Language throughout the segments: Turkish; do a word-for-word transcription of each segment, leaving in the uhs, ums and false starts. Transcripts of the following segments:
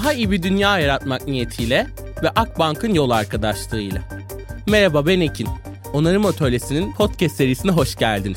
Daha iyi bir dünya yaratmak niyetiyle ve Akbank'ın yol arkadaşlığıyla. Merhaba, ben Ekin. Onarım Atölyesi'nin podcast serisine hoş geldiniz.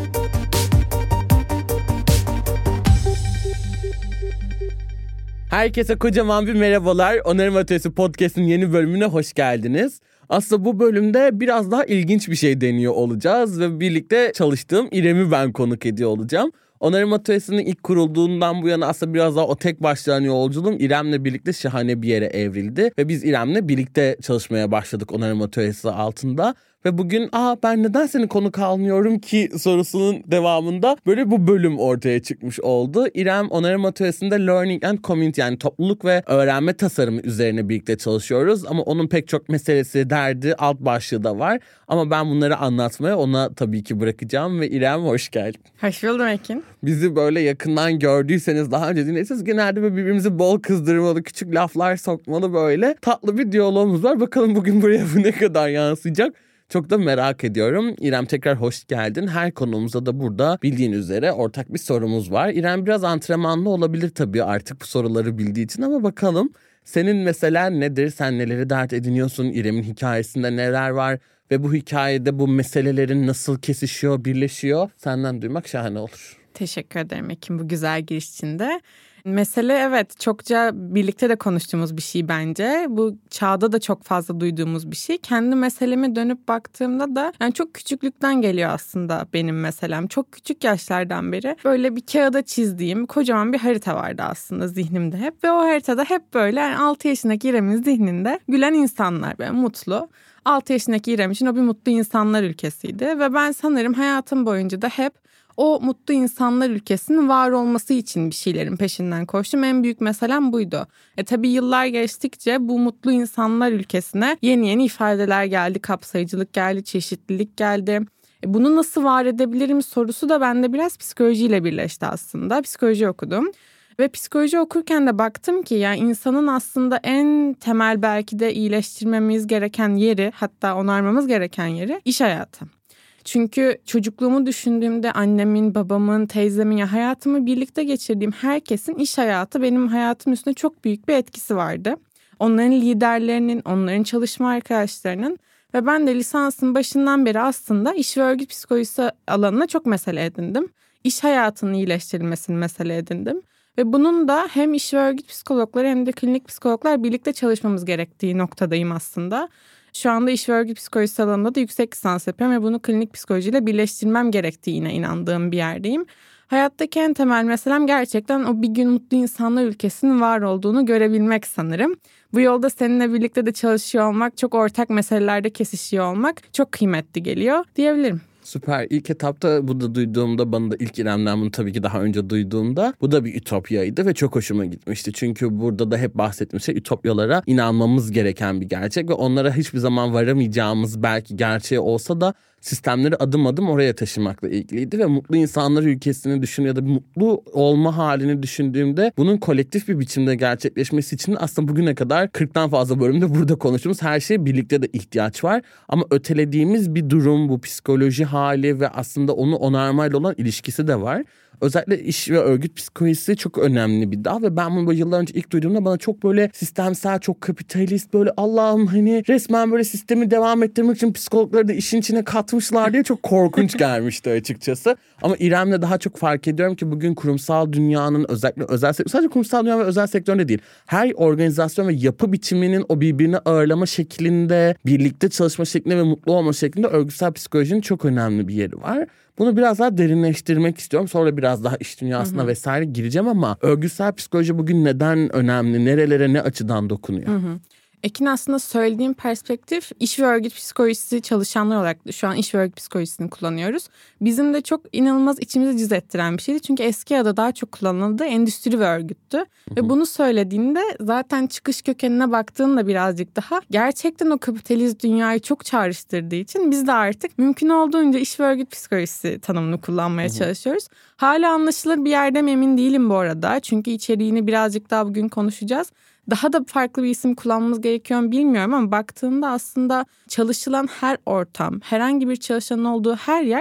Herkese kocaman bir merhabalar. Onarım Atölyesi podcast'in yeni bölümüne hoş geldiniz. Aslında bu bölümde biraz daha ilginç bir şey deniyor olacağız ve birlikte çalıştığım İrem'i ben konuk ediyor olacağım. Onarım Atölyesi'nin ilk kurulduğundan bu yana aslında biraz daha o tek başlayan yolculuğum İrem'le birlikte şahane bir yere evrildi. Ve biz İrem'le birlikte çalışmaya başladık Onarım Atölyesi altında. Ve bugün aa ben neden seni konuk almıyorum ki sorusunun devamında böyle bu bölüm ortaya çıkmış oldu. İrem Onarım Atölyesi'nde Learning and Community, yani topluluk ve öğrenme tasarımı üzerine birlikte çalışıyoruz. Ama onun pek çok meselesi, derdi, alt başlığı da var. Ama ben bunları anlatmaya ona tabii ki bırakacağım ve İrem hoş geldin. Hoş buldum Ekin. Bizi böyle yakından gördüyseniz, daha önce dinlediyseniz genelde böyle birbirimizi bol kızdırmalı, küçük laflar sokmalı böyle tatlı bir diyalogumuz var. Bakalım bugün buraya bu ne kadar yansıyacak? Çok da merak ediyorum. İrem tekrar hoş geldin. Her konumuzda da burada bildiğin üzere ortak bir sorumuz var. İrem biraz antrenmanlı olabilir tabii artık bu soruları bildiği için, ama bakalım senin mesela nedir? Sen neleri dert ediniyorsun? İrem'in hikayesinde neler var? Ve bu hikayede bu meselelerin nasıl kesişiyor, birleşiyor? Senden duymak şahane olur. Teşekkür ederim Ekin bu güzel giriş için de. Mesele evet çokça birlikte de konuştuğumuz bir şey bence. Bu çağda da çok fazla duyduğumuz bir şey. Kendi meseleme dönüp baktığımda da yani çok küçüklükten geliyor aslında benim meselem. Çok küçük yaşlardan beri böyle bir kağıda çizdiğim kocaman bir harita vardı aslında zihnimde hep. Ve o haritada hep böyle yani altı yaşındaki İrem'in zihninde gülen insanlar, böyle mutlu. altı yaşındaki İrem için o bir mutlu insanlar ülkesiydi. Ve ben sanırım hayatım boyunca da hep o mutlu insanlar ülkesinin var olması için bir şeylerin peşinden koştum. En büyük meselem buydu. E tabii yıllar geçtikçe bu mutlu insanlar ülkesine yeni yeni ifadeler geldi. Kapsayıcılık geldi, çeşitlilik geldi. E bunu nasıl var edebilirim sorusu da bende biraz psikolojiyle birleşti aslında. Psikoloji okudum. Ve psikoloji okurken de baktım ki yani insanın aslında en temel belki de iyileştirmemiz gereken yeri, hatta onarmamız gereken yeri iş hayatı. Çünkü çocukluğumu düşündüğümde annemin, babamın, teyzemin, ya hayatımı birlikte geçirdiğim herkesin iş hayatı benim hayatım üstünde çok büyük bir etkisi vardı. Onların liderlerinin, onların çalışma arkadaşlarının ve ben de lisansın başından beri aslında iş ve örgüt psikolojisi alanına çok mesele edindim. İş hayatının iyileştirilmesini mesele edindim. Ve bunun da hem iş ve örgüt psikologları hem de klinik psikologlar birlikte çalışmamız gerektiği noktadayım aslında. Şu anda iş ve örgüt psikolojisi alanında da yüksek lisans yapıyorum ve bunu klinik psikolojiyle birleştirmem gerektiğine inandığım bir yerdeyim. Hayattaki en temel meselem gerçekten o bir gün mutlu insanlar ülkesinin var olduğunu görebilmek sanırım. Bu yolda seninle birlikte de çalışıyor olmak, çok ortak meselelerde kesişiyor olmak çok kıymetli geliyor diyebilirim. Süper. İlk etapta bu da duyduğumda, bana da ilk İrem'den bunu tabii ki daha önce duyduğumda bu da bir ütopyaydı ve çok hoşuma gitmişti. Çünkü burada da hep bahsettiğimiz şey ütopyalara inanmamız gereken bir gerçek ve onlara hiçbir zaman varamayacağımız belki gerçeği olsa da sistemleri adım adım oraya taşımakla ilgiliydi ve mutlu insanlar ülkesini düşün ya da mutlu olma halini düşündüğümde bunun kolektif bir biçimde gerçekleşmesi için aslında bugüne kadar kırktan fazla bölümde burada konuştuğumuz her şeye birlikte de ihtiyaç var. Ama ötelediğimiz bir durum, bu psikoloji hali ve aslında onu onarmayla olan ilişkisi de var. Özellikle iş ve örgüt psikolojisi çok önemli bir dal ve ben bunu yıllar önce ilk duyduğumda bana çok böyle sistemsel, çok kapitalist, böyle Allah'ım hani resmen böyle sistemi devam ettirmek için psikologları da işin içine katmışlar diye çok korkunç gelmişti açıkçası. Ama İrem'le daha çok fark ediyorum ki bugün kurumsal dünyanın, özellikle özel sektör, sadece kurumsal dünya ve özel sektörde değil, her organizasyon ve yapı biçiminin o birbirini ağırlama şeklinde, birlikte çalışma şeklinde ve mutlu olma şeklinde örgütsel psikolojinin çok önemli bir yeri var. Bunu biraz daha derinleştirmek istiyorum. Sonra biraz daha iş dünyasına hı hı. vesaire gireceğim ama örgütsel psikoloji bugün neden önemli? Nerelere, ne açıdan dokunuyor? Hı hı. Ekin aslında söylediğim perspektif iş ve örgüt psikolojisi çalışanlar olarak şu an iş ve örgüt psikolojisini kullanıyoruz. Bizim de çok inanılmaz içimizi cız ettiren bir şeydi. Çünkü eski adı daha çok kullanıldığı endüstri ve örgüttü. Hı hı. Ve bunu söylediğinde zaten çıkış kökenine baktığında birazcık daha gerçekten o kapitalist dünyayı çok çağrıştırdığı için biz de artık mümkün olduğunca iş ve örgüt psikolojisi tanımını kullanmaya hı hı. çalışıyoruz. Hala anlaşılır bir yerde mi emin değilim bu arada. Çünkü içeriğini birazcık daha bugün konuşacağız. Daha da farklı bir isim kullanmamız gerekiyor mu bilmiyorum ama baktığında aslında çalışılan her ortam, herhangi bir çalışanın olduğu her yer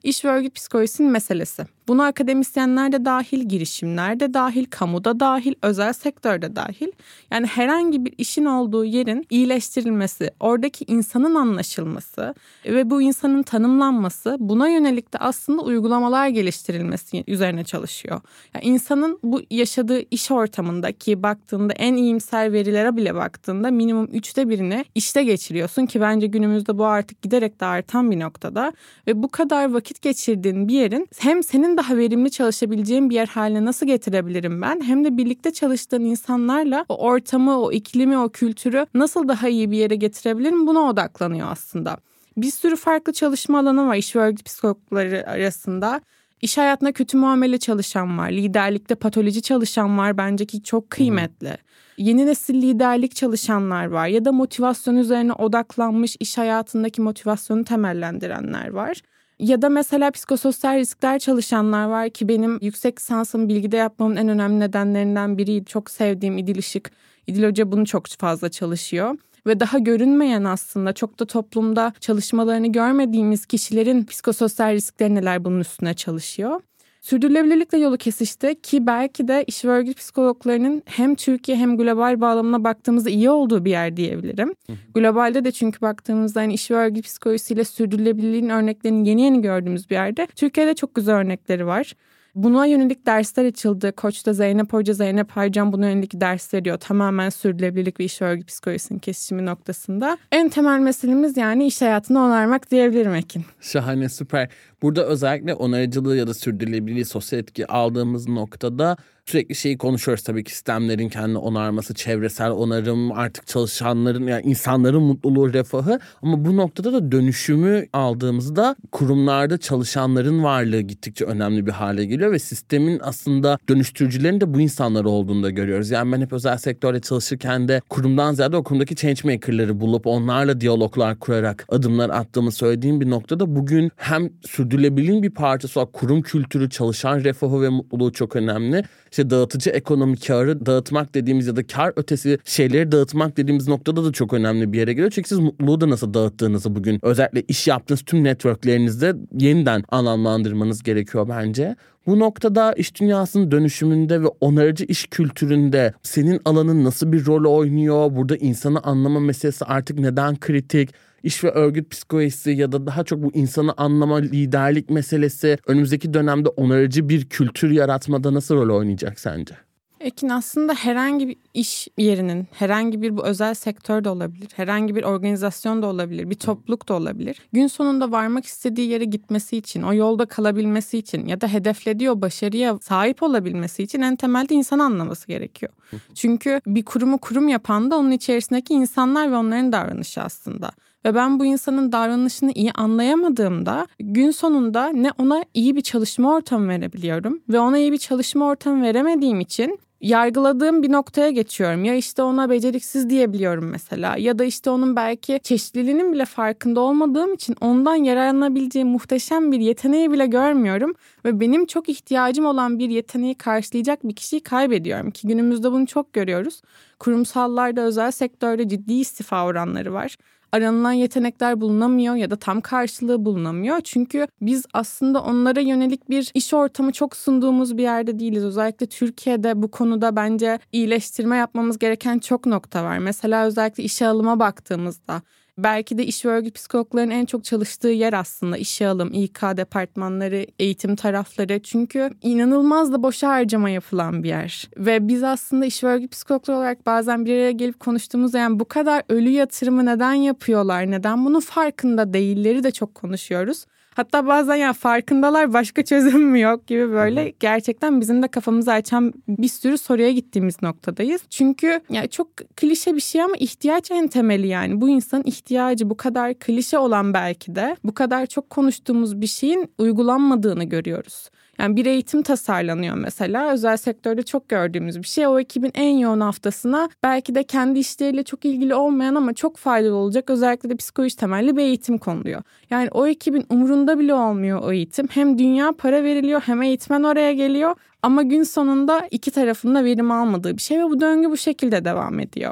iş ve örgüt psikolojisinin meselesi. Buna akademisyenler de dahil, girişimler de dahil, kamuda dahil, özel sektörde dahil. Yani herhangi bir işin olduğu yerin iyileştirilmesi, oradaki insanın anlaşılması ve bu insanın tanımlanması, buna yönelik de aslında uygulamalar geliştirilmesi üzerine çalışıyor. Yani insanın bu yaşadığı iş ortamındaki baktığında en iyimser verilere bile baktığında minimum üçte birini işte geçiriyorsun ki bence günümüzde bu artık giderek de artan bir noktada ve bu kadar vakit geçirdiğin bir yerin hem senin daha verimli çalışabileceğin bir yer haline nasıl getirebilirim ben hem de birlikte çalıştığın insanlarla o ortamı, o iklimi, o kültürü nasıl daha iyi bir yere getirebilirim buna odaklanıyor aslında. Bir sürü farklı çalışma alanı var iş ve örgüt psikologları arasında. İş hayatında kötü muamele çalışan var, liderlikte patoloji çalışan var bence ki çok kıymetli. Hı. Yeni nesil liderlik çalışanlar var ya da motivasyon üzerine odaklanmış iş hayatındaki motivasyonu temellendirenler var. Ya da mesela psikososyal riskler çalışanlar var ki benim yüksek lisansımı bilgide yapmamın en önemli nedenlerinden biri çok sevdiğim İdil Işık. İdil Hoca bunu çok fazla çalışıyor. Ve daha görünmeyen aslında çok da toplumda çalışmalarını görmediğimiz kişilerin psikososyal riskleri neler bunun üstüne çalışıyor. Sürdürülebilirlikle yolu kesişti ki belki de iş ve örgüt psikologlarının hem Türkiye hem global bağlamına baktığımızda iyi olduğu bir yer diyebilirim. Hı hı. Globalde de çünkü baktığımızda hani iş ve örgüt psikolojisiyle sürdürülebilirliğin örneklerini yeni yeni gördüğümüz bir yerde. Türkiye'de çok güzel örnekleri var. Buna yönelik dersler açıldı. Koç'ta Zeynep Hoca, Zeynep Haycan buna yönelik ders veriyor. Tamamen sürdürülebilirlik ve iş örgüt psikolojisinin kesişimi noktasında. En temel meselemiz yani iş hayatını onarmak diyebilirim Ekin. Şahane, süper. Burada özellikle onarıcılığı ya da sürdürülebilirliği, sosyal etki aldığımız noktada sürekli şeyi konuşuyoruz tabii ki, sistemlerin kendini onarması, çevresel onarım, artık çalışanların yani insanların mutluluğu, refahı, ama bu noktada da dönüşümü aldığımızda kurumlarda çalışanların varlığı gittikçe önemli bir hale geliyor ve sistemin aslında dönüştürücülerin de bu insanlar olduğunu da görüyoruz. Yani ben hep özel sektörde çalışırken de kurumdan ziyade o kurumdaki changemaker'ları bulup onlarla diyaloglar kurarak adımlar attığımı söylediğim bir noktada bugün hem sürdürülebilirliğin bir parçası olarak kurum kültürü, çalışan refahı ve mutluluğu çok önemli. İşte dağıtıcı ekonomi, karı dağıtmak dediğimiz ya da kar ötesi şeyleri dağıtmak dediğimiz noktada da çok önemli bir yere geliyor. Çünkü siz mutluluğu da nasıl dağıttığınızı bugün özellikle iş yaptığınız tüm networklerinizde yeniden anlamlandırmanız gerekiyor bence. Bu noktada iş dünyasının dönüşümünde ve onarıcı iş kültüründe senin alanın nasıl bir rol oynuyor? Burada insanı anlama meselesi artık neden kritik? İş ve örgüt psikolojisi ya da daha çok bu insanı anlama, liderlik meselesi önümüzdeki dönemde onarıcı bir kültür yaratmada nasıl rol oynayacak sence? Ekin, aslında herhangi bir iş yerinin, herhangi bir bu özel sektör de olabilir, herhangi bir organizasyon da olabilir, bir topluluk da olabilir. Gün sonunda varmak istediği yere gitmesi için, o yolda kalabilmesi için ya da hedeflediği o başarıya sahip olabilmesi için en temelde insanı anlaması gerekiyor. Çünkü bir kurumu kurum yapan da onun içerisindeki insanlar ve onların davranışı aslında. Ve ben bu insanın davranışını iyi anlayamadığımda gün sonunda ne ona iyi bir çalışma ortamı verebiliyorum ve ona iyi bir çalışma ortamı veremediğim için yargıladığım bir noktaya geçiyorum. Ya işte ona beceriksiz diyebiliyorum mesela ya da işte onun belki çeşitliliğinin bile farkında olmadığım için ondan yararlanabileceği muhteşem bir yeteneği bile görmüyorum ve benim çok ihtiyacım olan bir yeteneği karşılayacak bir kişiyi kaybediyorum ki günümüzde bunu çok görüyoruz. Kurumsallarda, özel sektörde ciddi istifa oranları var. Aranılan yetenekler bulunamıyor ya da tam karşılığı bulunamıyor. Çünkü biz aslında onlara yönelik bir iş ortamı çok sunduğumuz bir yerde değiliz. Özellikle Türkiye'de bu konuda bence iyileştirme yapmamız gereken çok nokta var. Mesela özellikle işe alıma baktığımızda belki de iş ve örgüt psikologlarının en çok çalıştığı yer aslında işe alım, İK departmanları, eğitim tarafları. Çünkü inanılmaz da boşa harcama yapılan bir yer. Ve biz aslında iş ve örgüt psikologları olarak bazen bir araya gelip konuştuğumuzda yani bu kadar ölü yatırımı neden yapıyorlar, neden bunun farkında değilleri de çok konuşuyoruz. Hatta bazen ya farkındalar başka çözüm mü yok gibi böyle gerçekten bizim de kafamızı açan bir sürü soruya gittiğimiz noktadayız. Çünkü ya çok klişe bir şey ama ihtiyaç en temeli yani. Bu insanın ihtiyacı bu kadar klişe olan belki de bu kadar çok konuştuğumuz bir şeyin uygulanmadığını görüyoruz. Yani bir eğitim tasarlanıyor mesela. Özel sektörde çok gördüğümüz bir şey. O ekibin en yoğun haftasına belki de kendi işleriyle çok ilgili olmayan ama çok faydalı olacak özellikle de psikoloji temelli bir eğitim konuluyor. Yani o ekibin umurunda bile olmuyor o eğitim. Hem dünya para veriliyor hem eğitmen oraya geliyor. Ama gün sonunda iki tarafın da verim almadığı bir şey ve bu döngü bu şekilde devam ediyor.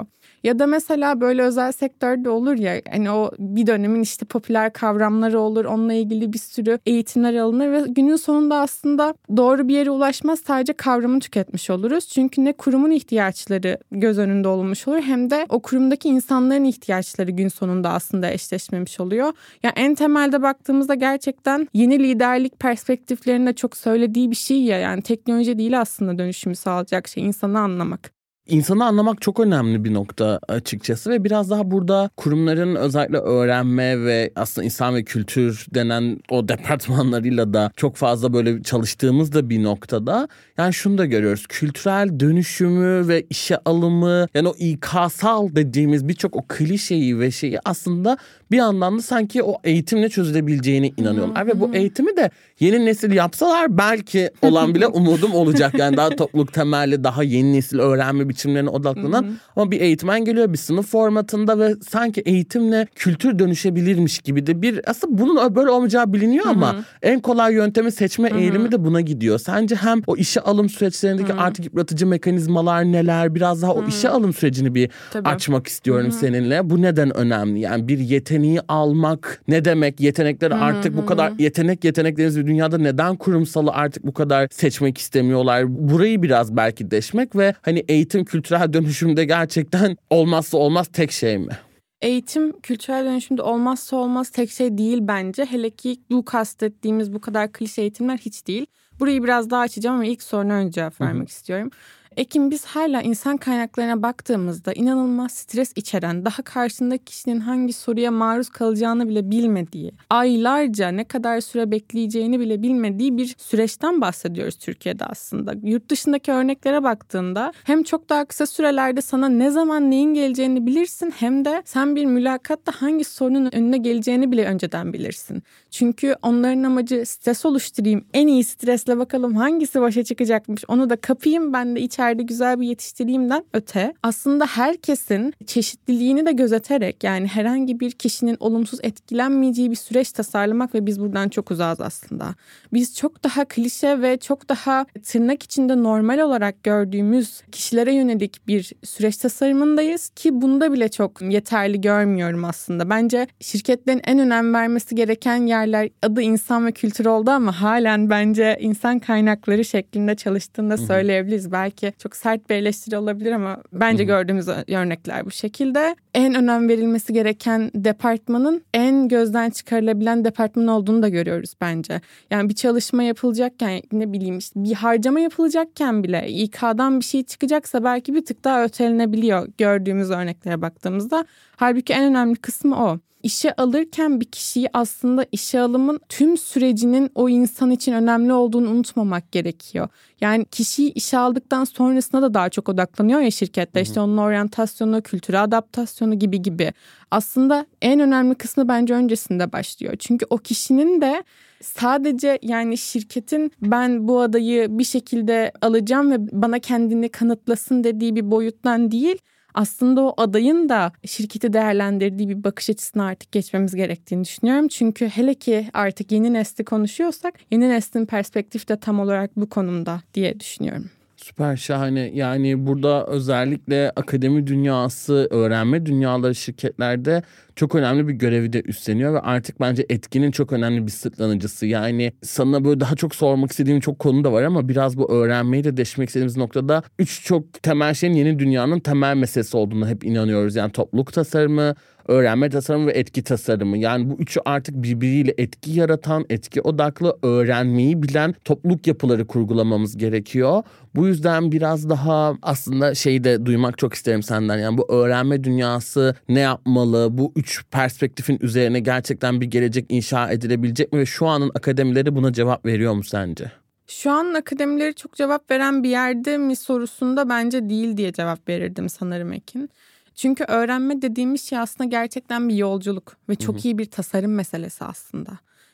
Ya da mesela böyle özel sektörde olur ya, hani o bir dönemin işte popüler kavramları olur, onunla ilgili bir sürü eğitimler alınır ve günün sonunda aslında doğru bir yere ulaşmaz, sadece kavramı tüketmiş oluruz. Çünkü ne kurumun ihtiyaçları göz önünde olmuş olur, hem de o kurumdaki insanların ihtiyaçları gün sonunda aslında eşleşmemiş oluyor. Yani en temelde baktığımızda gerçekten yeni liderlik perspektiflerinde çok söylediği bir şey ya, yani teknoloji değil aslında dönüşümü sağlayacak şey, insanı anlamak. İnsanı anlamak çok önemli bir nokta açıkçası ve biraz daha burada kurumların özellikle öğrenme ve aslında insan ve kültür denen o departmanlarıyla da çok fazla böyle çalıştığımız da bir noktada yani şunu da görüyoruz. Kültürel dönüşümü ve işe alımı, yani o İK'sal dediğimiz birçok o klişeyi ve şeyi aslında bir yandan da sanki o eğitimle çözülebileceğine inanıyorlar. Hmm. Ve bu eğitimi de yeni nesil yapsalar belki olan bile umudum olacak. Yani daha topluluk temelli, daha yeni nesil öğrenme biçimlerine odaklanan ama bir eğitmen geliyor bir sınıf formatında ve sanki eğitimle kültür dönüşebilirmiş gibi de bir, aslında bunun böyle olmayacağı biliniyor ama Hı-hı. en kolay yöntemi seçme Hı-hı. eğilimi de buna gidiyor. Sence hem o işe alım süreçlerindeki Hı-hı. artık yıpratıcı mekanizmalar neler, biraz daha Hı-hı. o işe alım sürecini bir Tabii. açmak istiyorum Hı-hı. seninle. Bu neden önemli? Yani bir yeteneği almak ne demek? Yetenekleri Hı-hı. artık bu kadar yetenek yeteneklerimiz bir dünyada neden kurumsalı artık bu kadar seçmek istemiyorlar? Burayı biraz belki deşmek ve hani eğitim kültürel dönüşümde gerçekten olmazsa olmaz tek şey mi? Eğitim kültürel dönüşümde olmazsa olmaz tek şey değil bence. Hele ki bu kastettiğimiz bu kadar klişe eğitimler hiç değil. Burayı biraz daha açacağım ama ilk soruna önce cevap vermek Hı-hı. istiyorum. Ekim, biz hala insan kaynaklarına baktığımızda inanılmaz stres içeren, daha karşısındaki kişinin hangi soruya maruz kalacağını bile bilmediği, aylarca ne kadar süre bekleyeceğini bile bilmediği bir süreçten bahsediyoruz Türkiye'de aslında. Yurt dışındaki örneklere baktığında hem çok daha kısa sürelerde sana ne zaman neyin geleceğini bilirsin, hem de sen bir mülakatta hangi sorunun önüne geleceğini bile önceden bilirsin. Çünkü onların amacı stres oluşturayım, en iyi stresle bakalım hangisi başa çıkacakmış, onu da kapayım, ben de içeride güzel bir yetiştireyimden öte aslında herkesin çeşitliliğini de gözeterek, yani herhangi bir kişinin olumsuz etkilenmeyeceği bir süreç tasarlamak ve biz buradan çok uzağız aslında. Biz çok daha klişe ve çok daha tırnak içinde normal olarak gördüğümüz kişilere yönelik bir süreç tasarımındayız ki bunda bile çok yeterli görmüyorum aslında. Bence şirketlerin en önem vermesi gereken yerler adı insan ve kültür oldu ama halen bence insan kaynakları şeklinde çalıştığını da söyleyebiliriz. Belki çok sert bir eleştiri olabilir ama bence Hı-hı. gördüğümüz örnekler bu şekilde. En önem verilmesi gereken departmanın en gözden çıkarılabilen departman olduğunu da görüyoruz bence. Yani bir çalışma yapılacakken, ne bileyim işte bir harcama yapılacakken bile İK'dan bir şey çıkacaksa belki bir tık daha ötelenebiliyor gördüğümüz örneklere baktığımızda. Halbuki en önemli kısmı o. İşe alırken bir kişiyi aslında işe alımın tüm sürecinin o insan için önemli olduğunu unutmamak gerekiyor. Yani kişiyi işe aldıktan sonrasına da daha çok odaklanıyor ya şirketler. İşte onun oryantasyonu, kültüre adaptasyonu gibi gibi. Aslında en önemli kısmı bence öncesinde başlıyor. Çünkü o kişinin de sadece yani şirketin ben bu adayı bir şekilde alacağım ve bana kendini kanıtlasın dediği bir boyuttan değil, aslında o adayın da şirketi değerlendirdiği bir bakış açısına artık geçmemiz gerektiğini düşünüyorum. Çünkü hele ki artık yeni nesli konuşuyorsak yeni neslin perspektifi de tam olarak bu konumda diye düşünüyorum. Süper, şahane. Yani burada özellikle akademi dünyası, öğrenme dünyaları şirketlerde çok önemli bir görevi de üstleniyor ve artık bence etkinin çok önemli bir sırtlanıcısı. Yani sana böyle daha çok sormak istediğim çok konu da var ama biraz bu öğrenmeyi de deşmek istediğimiz noktada üç çok temel şeyin yeni dünyanın temel meselesi olduğunu hep inanıyoruz. Yani topluluk tasarımı, öğrenme tasarımı ve etki tasarımı. Yani bu üçü artık birbiriyle etki yaratan, etki odaklı, öğrenmeyi bilen topluluk yapıları kurgulamamız gerekiyor. Bu yüzden biraz daha aslında şeyi de duymak çok isterim senden. Yani bu öğrenme dünyası ne yapmalı? Bu üç perspektifin üzerine gerçekten bir gelecek inşa edilebilecek mi? Ve şu anın akademileri buna cevap veriyor mu sence? Şu an akademileri çok cevap veren bir yerde mi sorusunda bence değil diye cevap verirdim sanırım Ekin. Çünkü öğrenme dediğimiz şey aslında gerçekten bir yolculuk ve çok Hı-hı. iyi bir tasarım meselesi aslında.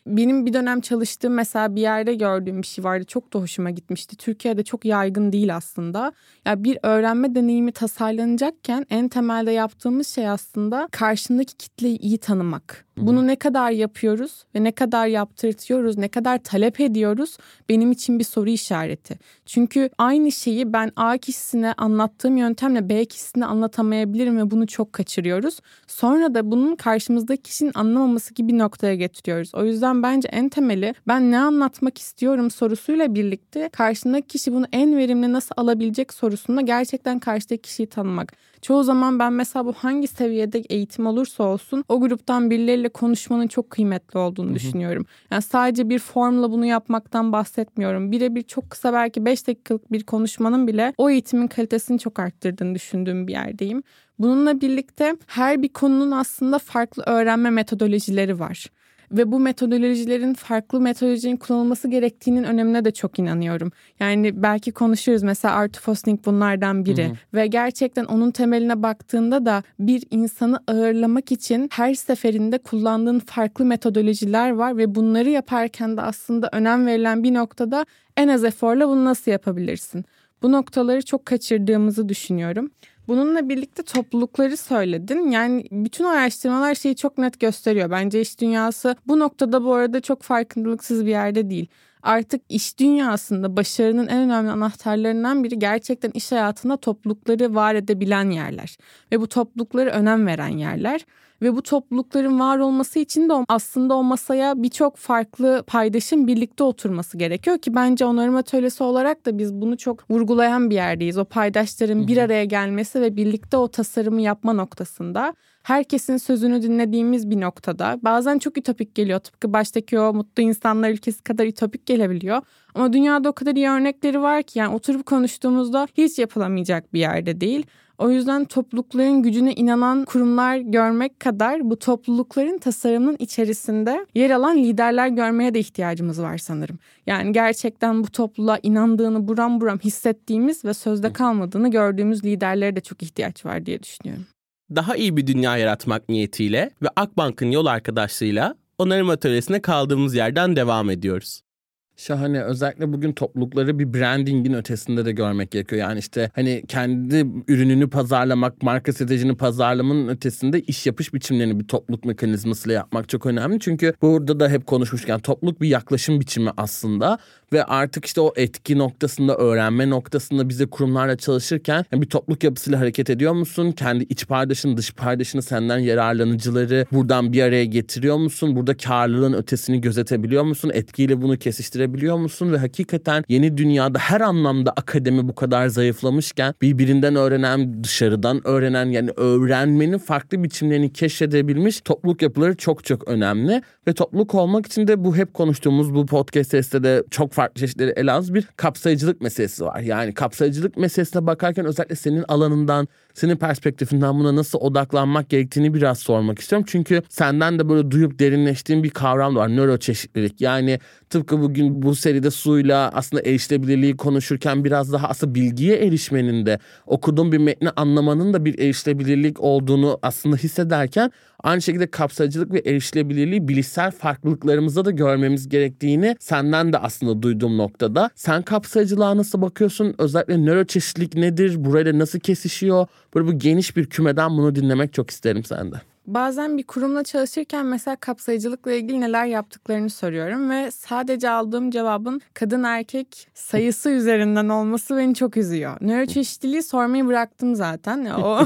Benim bir dönem çalıştığım mesela bir yerde gördüğüm bir şey vardı. Çok da hoşuma gitmişti. Türkiye'de çok yaygın değil aslında. Ya bir öğrenme deneyimi tasarlanacakken en temelde yaptığımız şey aslında karşındaki kitleyi iyi tanımak. Bunu ne kadar yapıyoruz ve ne kadar yaptırtıyoruz, ne kadar talep ediyoruz benim için bir soru işareti. Çünkü aynı şeyi ben A kişisine anlattığım yöntemle B kişisine anlatamayabilirim ve bunu çok kaçırıyoruz. Sonra da bunun karşımızdaki kişinin anlamaması gibi bir noktaya getiriyoruz. O yüzden bence en temeli ben ne anlatmak istiyorum sorusuyla birlikte karşındaki kişi bunu en verimli nasıl alabilecek sorusunda gerçekten karşıdaki kişiyi tanımak. Çoğu zaman ben mesela bu hangi seviyede eğitim olursa olsun o gruptan birileriyle konuşmanın çok kıymetli olduğunu Hı-hı. düşünüyorum. Yani sadece bir formla bunu yapmaktan bahsetmiyorum. Birebir çok kısa belki beş dakikalık bir konuşmanın bile o eğitimin kalitesini çok arttırdığını düşündüğüm bir yerdeyim. Bununla birlikte her bir konunun aslında farklı öğrenme metodolojileri var. Ve bu metodolojilerin farklı metodolojinin kullanılması gerektiğinin önemine de çok inanıyorum. Yani belki konuşuyoruz mesela Arthur Fosling bunlardan biri. Hı hı. Ve gerçekten onun temeline baktığında da bir insanı ağırlamak için her seferinde kullandığın farklı metodolojiler var. Ve bunları yaparken de aslında önem verilen bir noktada en az eforla bunu nasıl yapabilirsin? Bu noktaları çok kaçırdığımızı düşünüyorum. Bununla birlikte toplulukları söyledin. Yani bütün araştırmalar şeyi çok net gösteriyor. Bence iş dünyası bu noktada bu arada çok farkındalıksız bir yerde değil. Artık iş dünyasında başarının en önemli anahtarlarından biri gerçekten iş hayatında toplulukları var edebilen yerler. Ve bu topluluklara önem veren yerler. Ve bu toplulukların var olması için de aslında o masaya birçok farklı paydaşın birlikte oturması gerekiyor ki bence onarım atölyesi olarak da biz bunu çok vurgulayan bir yerdeyiz. O paydaşların bir araya gelmesi ve birlikte o tasarımı yapma noktasında herkesin sözünü dinlediğimiz bir noktada bazen çok ütopik geliyor. Tıpkı baştaki o mutlu insanlar ülkesi kadar ütopik gelebiliyor. Ama dünyada o kadar iyi örnekleri var ki yani oturup konuştuğumuzda hiç yapılamayacak bir yerde değil. O yüzden toplulukların gücüne inanan kurumlar görmek kadar bu toplulukların tasarımının içerisinde yer alan liderler görmeye de ihtiyacımız var sanırım. Yani gerçekten bu topluluğa inandığını buram buram hissettiğimiz ve sözde kalmadığını gördüğümüz liderlere de çok ihtiyaç var diye düşünüyorum. Daha iyi bir dünya yaratmak niyetiyle ve Akbank'ın yol arkadaşlığıyla onarım atölyesine kaldığımız yerden devam ediyoruz. Şahane. Özellikle bugün toplulukları bir brandingin ötesinde de görmek gerekiyor. Yani işte hani kendi ürününü pazarlamak, marka stratejini pazarlamanın ötesinde iş yapış biçimlerini bir topluluk mekanizmasıyla yapmak çok önemli. Çünkü burada da hep konuşmuşken topluluk bir yaklaşım biçimi aslında. Ve artık işte o etki noktasında, öğrenme noktasında bize kurumlarla çalışırken yani bir topluluk yapısıyla hareket ediyor musun? Kendi iç paydaşını, dış paydaşını, senden yararlanıcıları buradan bir araya getiriyor musun? Burada karlılığın ötesini gözetebiliyor musun? Etkiyle bunu kesiştirebiliyor musun? Ve hakikaten yeni dünyada her anlamda akademi bu kadar zayıflamışken birbirinden öğrenen, dışarıdan öğrenen yani öğrenmenin farklı biçimlerini keşfedebilmiş topluluk yapıları çok çok önemli. Ve topluluk olmak için de bu hep konuştuğumuz bu podcast sesinde de çok farklı çeşitleri ele alıyoruz. Bir kapsayıcılık meselesi var. Yani kapsayıcılık meselesine bakarken özellikle senin alanından, senin perspektifinden buna nasıl odaklanmak gerektiğini biraz sormak istiyorum. Çünkü senden de böyle duyup derinleştiğin bir kavram var. Nöroçeşitlilik. Yani tıpkı bugün bu seride suyla aslında erişilebilirliği konuşurken biraz daha aslında bilgiye erişmenin de okuduğun bir metni anlamanın da bir erişilebilirlik olduğunu aslında hissederken aynı şekilde kapsayıcılık ve erişilebilirliği bilişsel farklılıklarımızda da görmemiz gerektiğini senden de aslında duyduğum noktada. Sen kapsayıcılığa nasıl bakıyorsun? Özellikle nöroçeşitlilik nedir? Burayla nasıl kesişiyor? Böyle bu geniş bir kümeden bunu dinlemek çok isterim senden. Bazen bir kurumla çalışırken mesela kapsayıcılıkla ilgili neler yaptıklarını soruyorum ve sadece aldığım cevabın kadın erkek sayısı üzerinden olması beni çok üzüyor. Nöroçeşitliliği sormayı bıraktım zaten. O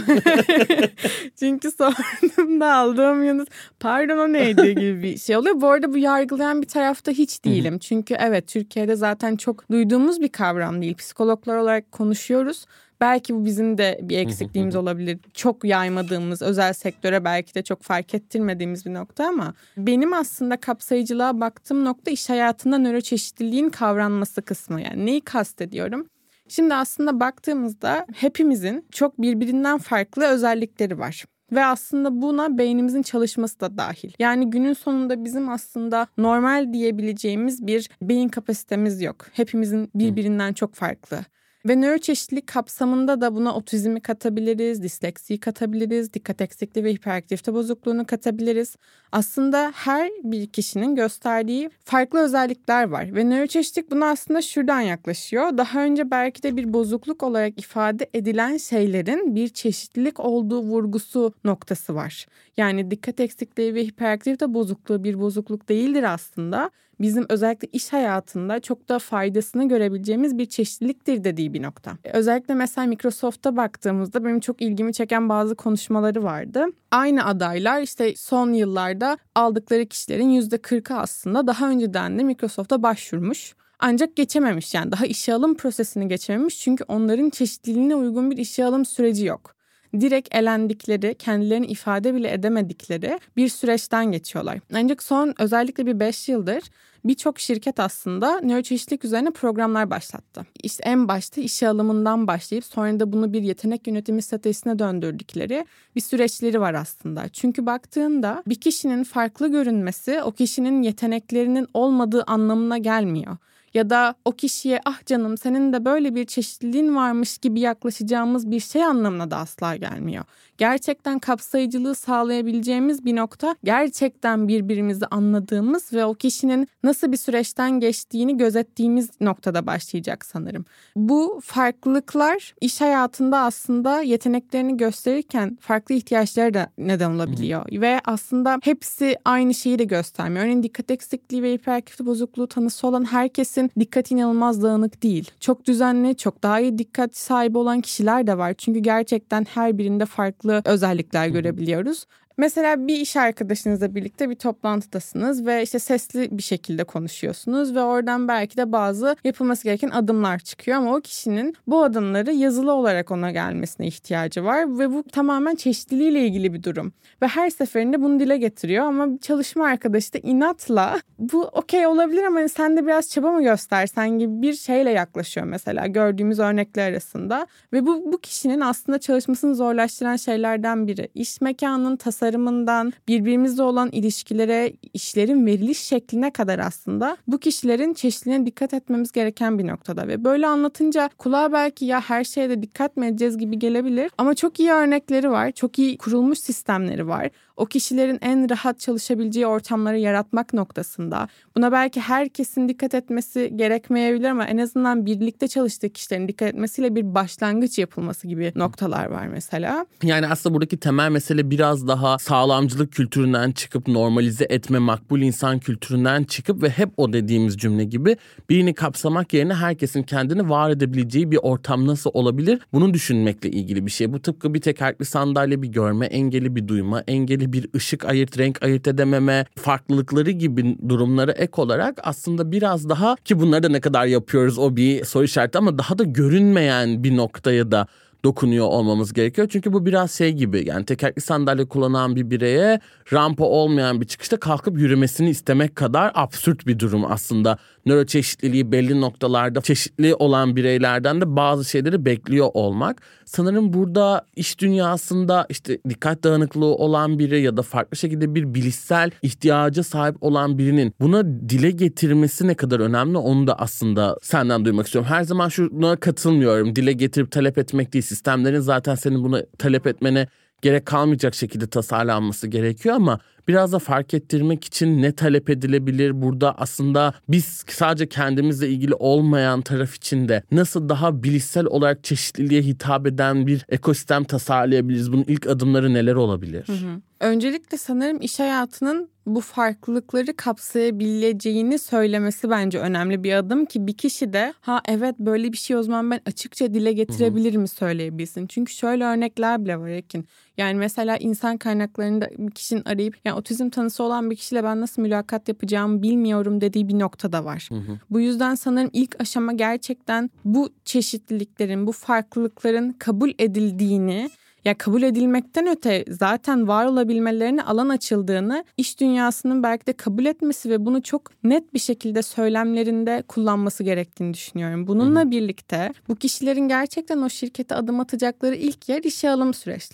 çünkü sorduğumda aldığım yanıt pardon o neydi gibi bir şey oluyor. Bu arada bu yargılayan bir tarafta hiç değilim. Çünkü evet Türkiye'de zaten çok duyduğumuz bir kavram değil. Psikologlar olarak konuşuyoruz. Belki bu bizim de bir eksikliğimiz olabilir. Çok yaymadığımız, özel sektöre belki de çok fark ettirmediğimiz bir nokta ama benim aslında kapsayıcılığa baktığım nokta iş hayatında nöroçeşitliliğin kavranması kısmı. Yani neyi kastediyorum? Şimdi aslında baktığımızda hepimizin çok birbirinden farklı özellikleri var. Ve aslında buna beynimizin çalışması da dahil. Yani günün sonunda bizim aslında normal diyebileceğimiz bir beyin kapasitemiz yok. Hepimizin birbirinden çok farklı. Ve nöroçeşitlilik kapsamında da buna otizmi katabiliriz, disleksiyi katabiliriz, dikkat eksikliği ve hiperaktivite bozukluğunu katabiliriz. Aslında her bir kişinin gösterdiği farklı özellikler var ve nöroçeşitlilik buna aslında şuradan yaklaşıyor. Daha önce belki de bir bozukluk olarak ifade edilen şeylerin bir çeşitlilik olduğu vurgusu noktası var. Yani dikkat eksikliği ve hiperaktivite bozukluğu bir bozukluk değildir aslında. Bizim özellikle iş hayatında çok da faydasını görebileceğimiz bir çeşitliliktir dediği bir nokta. Özellikle mesela Microsoft'a baktığımızda benim çok ilgimi çeken bazı konuşmaları vardı. Aynı adaylar işte son yıllarda aldıkları kişilerin yüzde kırkı aslında daha önceden de Microsoft'a başvurmuş. Ancak geçememiş, yani daha işe alım prosesini geçememiş çünkü onların çeşitliliğine uygun bir işe alım süreci yok. Direkt elendikleri, kendilerini ifade bile edemedikleri bir süreçten geçiyorlar. Ancak son özellikle bir beş yıldır birçok şirket aslında nöroçeşitlilik üzerine programlar başlattı. İşte en başta işe alımından başlayıp sonra da bunu bir yetenek yönetimi stratejisine döndürdükleri bir süreçleri var aslında. Çünkü baktığında bir kişinin farklı görünmesi o kişinin yeteneklerinin olmadığı anlamına gelmiyor. Ya da o kişiye ah canım senin de böyle bir çeşitliliğin varmış gibi yaklaşacağımız bir şey anlamına da asla gelmiyor. Gerçekten kapsayıcılığı sağlayabileceğimiz bir nokta, gerçekten birbirimizi anladığımız ve o kişinin nasıl bir süreçten geçtiğini gözettiğimiz noktada başlayacak sanırım. Bu farklılıklar iş hayatında aslında yeteneklerini gösterirken farklı ihtiyaçlara da neden olabiliyor. Hı. Ve aslında hepsi aynı şeyi de göstermiyor. Örneğin dikkat eksikliği ve hiperaktivite bozukluğu tanısı olan herkesin dikkat inanılmaz dağınık değil. Çok düzenli, çok daha iyi dikkat sahibi olan kişiler de var. Çünkü gerçekten her birinde farklı özellikler görebiliyoruz. Mesela bir iş arkadaşınızla birlikte bir toplantıdasınız ve işte sesli bir şekilde konuşuyorsunuz ve oradan belki de bazı yapılması gereken adımlar çıkıyor ama o kişinin bu adımları yazılı olarak ona gelmesine ihtiyacı var ve bu tamamen çeşitliliğiyle ilgili bir durum. Ve her seferinde bunu dile getiriyor ama çalışma arkadaşı da inatla bu okey olabilir ama sen de biraz çaba mı göstersen gibi bir şeyle yaklaşıyor mesela gördüğümüz örnekler arasında. Ve bu, bu kişinin aslında çalışmasını zorlaştıran şeylerden biri. İş mekanının tasarımı tasarımından birbirimizle olan ilişkilere, işlerin veriliş şekline kadar aslında bu kişilerin çeşitliliğine dikkat etmemiz gereken bir noktada ve böyle anlatınca kulağa belki ya her şeye de dikkat mi edeceğiz gibi gelebilir ama çok iyi örnekleri var, çok iyi kurulmuş sistemleri var. O kişilerin en rahat çalışabileceği ortamları yaratmak noktasında. Buna belki herkesin dikkat etmesi gerekmeyebilir ama en azından birlikte çalıştığı kişilerin dikkat etmesiyle bir başlangıç yapılması gibi noktalar var mesela. Yani aslında buradaki temel mesele biraz daha sağlamcılık kültüründen çıkıp normalize etme, makbul insan kültüründen çıkıp ve hep o dediğimiz cümle gibi birini kapsamak yerine herkesin kendini var edebileceği bir ortam nasıl olabilir? Bunu düşünmekle ilgili bir şey. Bu tıpkı bir tekerlekli sandalye, bir görme engeli, bir duyma engeli, bir ışık ayırt, renk ayırt edememe, farklılıkları gibi durumlara ek olarak aslında biraz daha, ki bunları da ne kadar yapıyoruz o bir soru işareti, ama daha da görünmeyen bir noktaya da dokunuyor olmamız gerekiyor. Çünkü bu biraz şey gibi, yani tekerlekli sandalye kullanan bir bireye rampa olmayan bir çıkışta kalkıp yürümesini istemek kadar absürt bir durum aslında. Nöroçeşitliliği belli noktalarda çeşitli olan bireylerden de bazı şeyleri bekliyor olmak. Sanırım burada iş dünyasında işte dikkat dağınıklığı olan biri ya da farklı şekilde bir bilişsel ihtiyaca sahip olan birinin buna dile getirmesi ne kadar önemli, onu da aslında senden duymak istiyorum. Her zaman şuna katılmıyorum. Dile getirip talep etmek değil. Sistemlerin zaten senin buna talep etmene gerek kalmayacak şekilde tasarlanması gerekiyor ama biraz da fark ettirmek için ne talep edilebilir? Burada aslında biz sadece kendimizle ilgili olmayan taraf için de nasıl daha bilişsel olarak çeşitliliğe hitap eden bir ekosistem tasarlayabiliriz? Bunun ilk adımları neler olabilir? Hı hı. Öncelikle sanırım iş hayatının bu farklılıkları kapsayabileceğini söylemesi bence önemli bir adım ki bir kişi de ha evet böyle bir şey o zaman ben açıkça dile getirebilirim mi söyleyebilsin. Çünkü şöyle örnekler bile var Ekin. Yani mesela insan kaynaklarında bir kişinin arayıp yani otizm tanısı olan bir kişiyle ben nasıl mülakat yapacağımı bilmiyorum dediği bir nokta da var. Hı hı. Bu yüzden sanırım ilk aşama gerçekten bu çeşitliliklerin, bu farklılıkların kabul edildiğini, ya kabul edilmekten öte zaten var olabilmelerine alan açıldığını iş dünyasının belki de kabul etmesi ve bunu çok net bir şekilde söylemlerinde kullanması gerektiğini düşünüyorum. Bununla Hı-hı. birlikte bu kişilerin gerçekten o şirkete adım atacakları ilk yer işe alım süreçleri.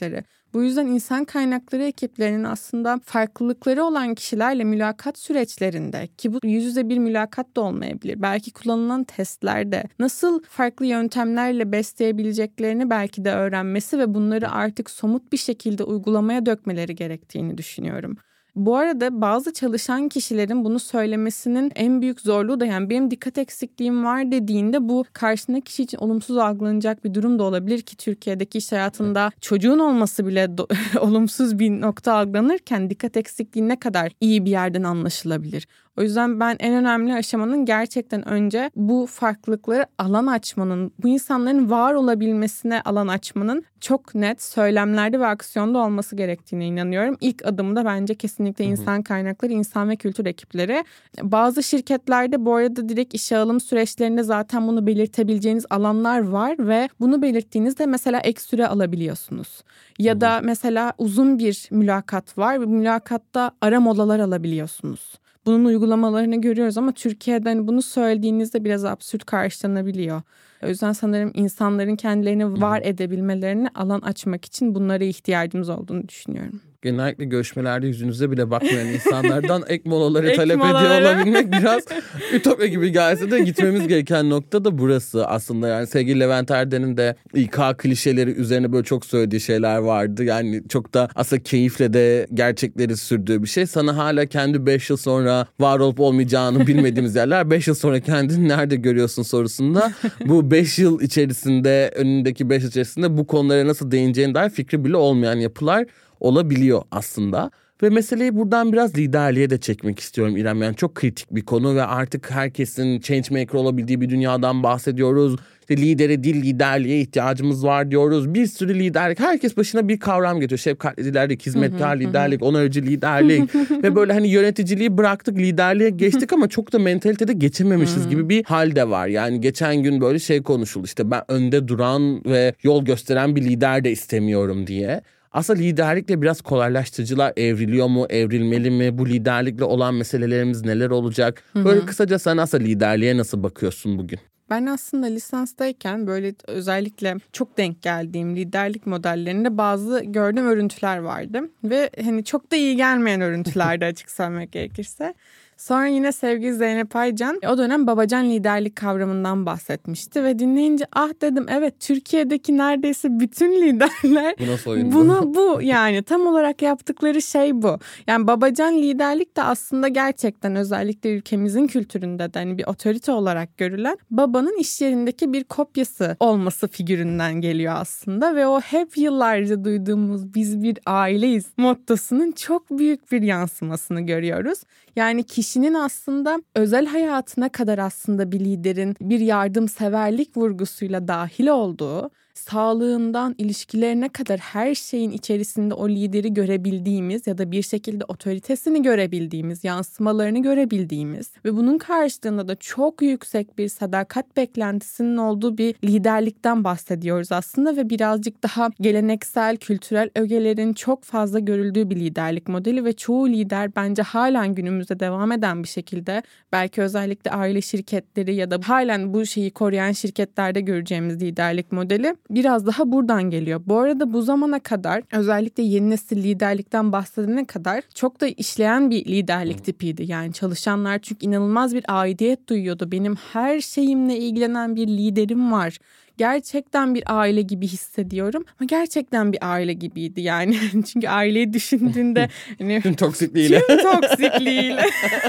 Bu yüzden insan kaynakları ekiplerinin aslında farklılıkları olan kişilerle mülakat süreçlerinde, ki bu yüz yüze bir mülakat da olmayabilir, belki kullanılan testlerde nasıl farklı yöntemlerle besleyebileceklerini belki de öğrenmesi ve bunları artık somut bir şekilde uygulamaya dökmeleri gerektiğini düşünüyorum. Bu arada bazı çalışan kişilerin bunu söylemesinin en büyük zorluğu da, yani benim dikkat eksikliğim var dediğinde bu karşındaki kişi için olumsuz algılanacak bir durum da olabilir ki Türkiye'deki iş hayatında çocuğun olması bile do- olumsuz bir nokta algılanırken dikkat eksikliği ne kadar iyi bir yerden anlaşılabilir. O yüzden ben en önemli aşamanın gerçekten önce bu farklılıkları alan açmanın, bu insanların var olabilmesine alan açmanın çok net söylemlerde ve aksiyonda olması gerektiğine inanıyorum. İlk adımı da bence kesinlikle insan kaynakları, insan ve kültür ekipleri. Bazı şirketlerde bu arada direkt işe alım süreçlerinde zaten bunu belirtebileceğiniz alanlar var ve bunu belirttiğinizde mesela ek süre alabiliyorsunuz. Ya da mesela uzun bir mülakat var ve mülakatta ara molalar alabiliyorsunuz. Bunun uygulamalarını görüyoruz ama Türkiye'de hani bunu söylediğinizde biraz absürt karşılanabiliyor. O yüzden sanırım insanların kendilerini var edebilmelerini alan açmak için bunlara ihtiyacımız olduğunu düşünüyorum. Genellikle görüşmelerde yüzünüze bile bakmayan insanlardan ek molaları Ek talep molaları. ediyor olabilmek biraz ütopya gibi gelse de gitmemiz gereken nokta da burası aslında. Yani sevgili Levent Erden'in de İK klişeleri üzerine böyle çok söylediği şeyler vardı. Yani çok da aslında keyifle de gerçekleri sürdüğü bir şey. Sana hala kendi beş yıl sonra var olup olmayacağını bilmediğimiz yerler, beş yıl sonra kendini nerede görüyorsun sorusunda bu beş yıl içerisinde, önündeki beş yıl içerisinde bu konulara nasıl değineceğine dair fikri bile olmayan yapılar olabiliyor aslında. Ve meseleyi buradan biraz liderliğe de çekmek istiyorum İrem. Yani çok kritik bir konu ve artık herkesin changemaker olabildiği bir dünyadan bahsediyoruz. İşte lidere değil liderliğe ihtiyacımız var diyoruz. Bir sürü liderlik, herkes başına bir kavram getiriyor. Şefkatli liderlik, hizmetkar liderlik, onarıcı liderlik ve böyle hani yöneticiliği bıraktık, liderliğe geçtik ama çok da mentalitede geçememişiz gibi bir hal de var. Yani geçen gün böyle şey konuşuldu, işte ben önde duran ve yol gösteren bir lider de istemiyorum diye. Aslında liderlikle biraz kolaylaştırıcılar evriliyor mu, evrilmeli mi? Bu liderlikle olan meselelerimiz neler olacak? Böyle hı hı. Kısaca sen aslında liderliğe nasıl bakıyorsun bugün? Ben aslında lisanstayken böyle özellikle çok denk geldiğim liderlik modellerinde bazı gördüğüm örüntüler vardı. Ve hani çok da iyi gelmeyen örüntülerdi açık söylemek gerekirse. Sonra yine sevgili Zeynep Aycan o dönem babacan liderlik kavramından bahsetmişti ve dinleyince ah dedim, evet, Türkiye'deki neredeyse bütün liderler bunu bu yani tam olarak yaptıkları şey bu. Yani babacan liderlik de aslında gerçekten özellikle ülkemizin kültüründe de hani bir otorite olarak görülen babanın iş yerindeki bir kopyası olması figüründen geliyor aslında ve o hep yıllarca duyduğumuz biz bir aileyiz mottosunun çok büyük bir yansımasını görüyoruz. Yani kişinin aslında özel hayatına kadar aslında bir liderin bir yardımseverlik vurgusuyla dahil olduğu, sağlığından ilişkilerine kadar her şeyin içerisinde o lideri görebildiğimiz ya da bir şekilde otoritesini görebildiğimiz, yansımalarını görebildiğimiz ve bunun karşılığında da çok yüksek bir sadakat beklentisinin olduğu bir liderlikten bahsediyoruz aslında ve birazcık daha geleneksel, kültürel ögelerin çok fazla görüldüğü bir liderlik modeli ve çoğu lider bence halen günümüzde devam eden bir şekilde, belki özellikle aile şirketleri ya da halen bu şeyi koruyan şirketlerde göreceğimiz liderlik modeli biraz daha buradan geliyor. Bu arada bu zamana kadar özellikle yeni nesil liderlikten bahsedene kadar çok da işleyen bir liderlik tipiydi. Yani çalışanlar çünkü inanılmaz bir aidiyet duyuyordu. Benim her şeyimle ilgilenen bir liderim var. Gerçekten bir aile gibi hissediyorum. Ama gerçekten bir aile gibiydi yani. Çünkü aileyi düşündüğünde hani, tüm toksikliğiyle. Tüm toksikliğiyle.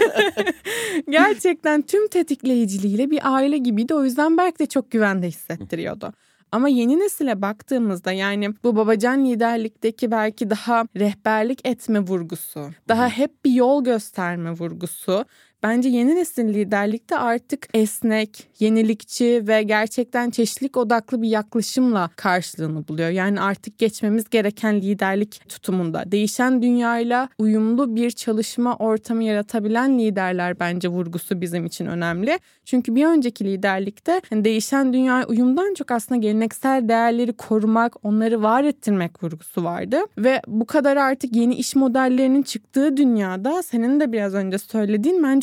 Gerçekten tüm tetikleyiciliğiyle bir aile gibiydi. O yüzden belki de çok güvende hissettiriyordu. Ama yeni nesile baktığımızda yani bu babacan liderlikteki belki daha rehberlik etme vurgusu, daha hep bir yol gösterme vurgusu, bence yeni nesil liderlikte artık esnek, yenilikçi ve gerçekten çeşitlilik odaklı bir yaklaşımla karşılığını buluyor. Yani artık geçmemiz gereken liderlik tutumunda değişen dünyayla uyumlu bir çalışma ortamı yaratabilen liderler bence vurgusu bizim için önemli. Çünkü bir önceki liderlikte yani değişen dünyaya uyumdan çok aslında geleneksel değerleri korumak, onları var ettirmek vurgusu vardı. Ve bu kadar artık yeni iş modellerinin çıktığı dünyada senin de biraz önce söylediğin bence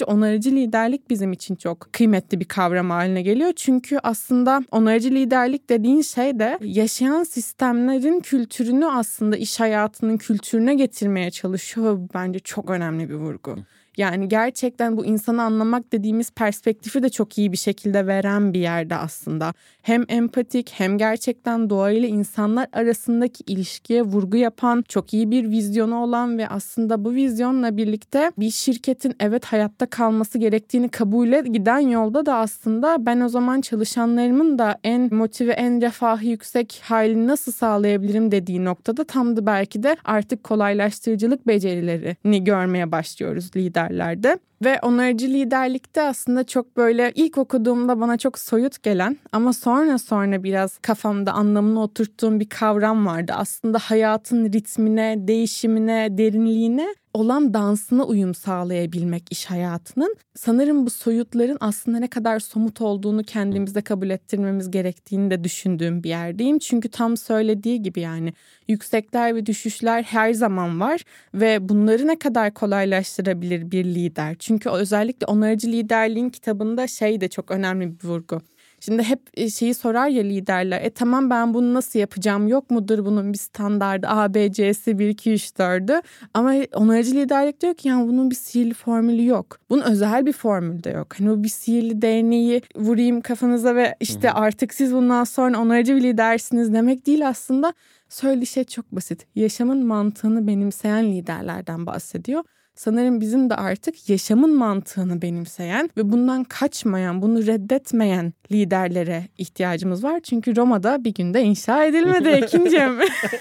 onarıcı liderlik bizim için çok kıymetli bir kavram haline geliyor. Çünkü aslında onarıcı liderlik dediğin şey de yaşayan sistemlerin kültürünü aslında iş hayatının kültürüne getirmeye çalışıyor. Bence çok önemli bir vurgu. Yani gerçekten bu insanı anlamak dediğimiz perspektifi de çok iyi bir şekilde veren bir yerde aslında. Hem empatik hem gerçekten doğayla insanlar arasındaki ilişkiye vurgu yapan, çok iyi bir vizyonu olan ve aslında bu vizyonla birlikte bir şirketin evet hayatta kalması gerektiğini kabule giden yolda da aslında ben o zaman çalışanlarımın da en motive, en refahı yüksek halini nasıl sağlayabilirim dediği noktada tam da belki de artık kolaylaştırıcılık becerilerini görmeye başlıyoruz lider. Ve onarıcı liderlikte aslında çok böyle ilk okuduğumda bana çok soyut gelen ama sonra sonra biraz kafamda anlamını oturttuğum bir kavram vardı. Aslında hayatın ritmine, değişimine, derinliğine olan dansına uyum sağlayabilmek iş hayatının. Sanırım bu soyutların aslında ne kadar somut olduğunu kendimizde kabul ettirmemiz gerektiğini de düşündüğüm bir yerdeyim. Çünkü tam söylediği gibi yani yüksekler ve düşüşler her zaman var ve bunları ne kadar kolaylaştırabilir bir lider? Çünkü özellikle onarıcı liderliğin kitabında şey de çok önemli bir vurgu. Şimdi hep şeyi sorar ya liderler. E tamam ben bunu nasıl yapacağım? Yok mudur bunun bir standardı A, B, C'si bir, iki, üç, dördü? Ama onarıcı liderlik diyor ki yani bunun bir sihirli formülü yok. Bunun özel bir formülü de yok. Hani o bir sihirli değneği vurayım kafanıza ve işte Hı-hı. artık siz bundan sonra onarıcı bir lidersiniz demek değil aslında. Söylediği şey çok basit. Yaşamın mantığını benimseyen liderlerden bahsediyor. Sanırım bizim de artık yaşamın mantığını benimseyen ve bundan kaçmayan, bunu reddetmeyen liderlere ihtiyacımız var. Çünkü Roma'da bir günde inşa edilmedi Ekin'cim.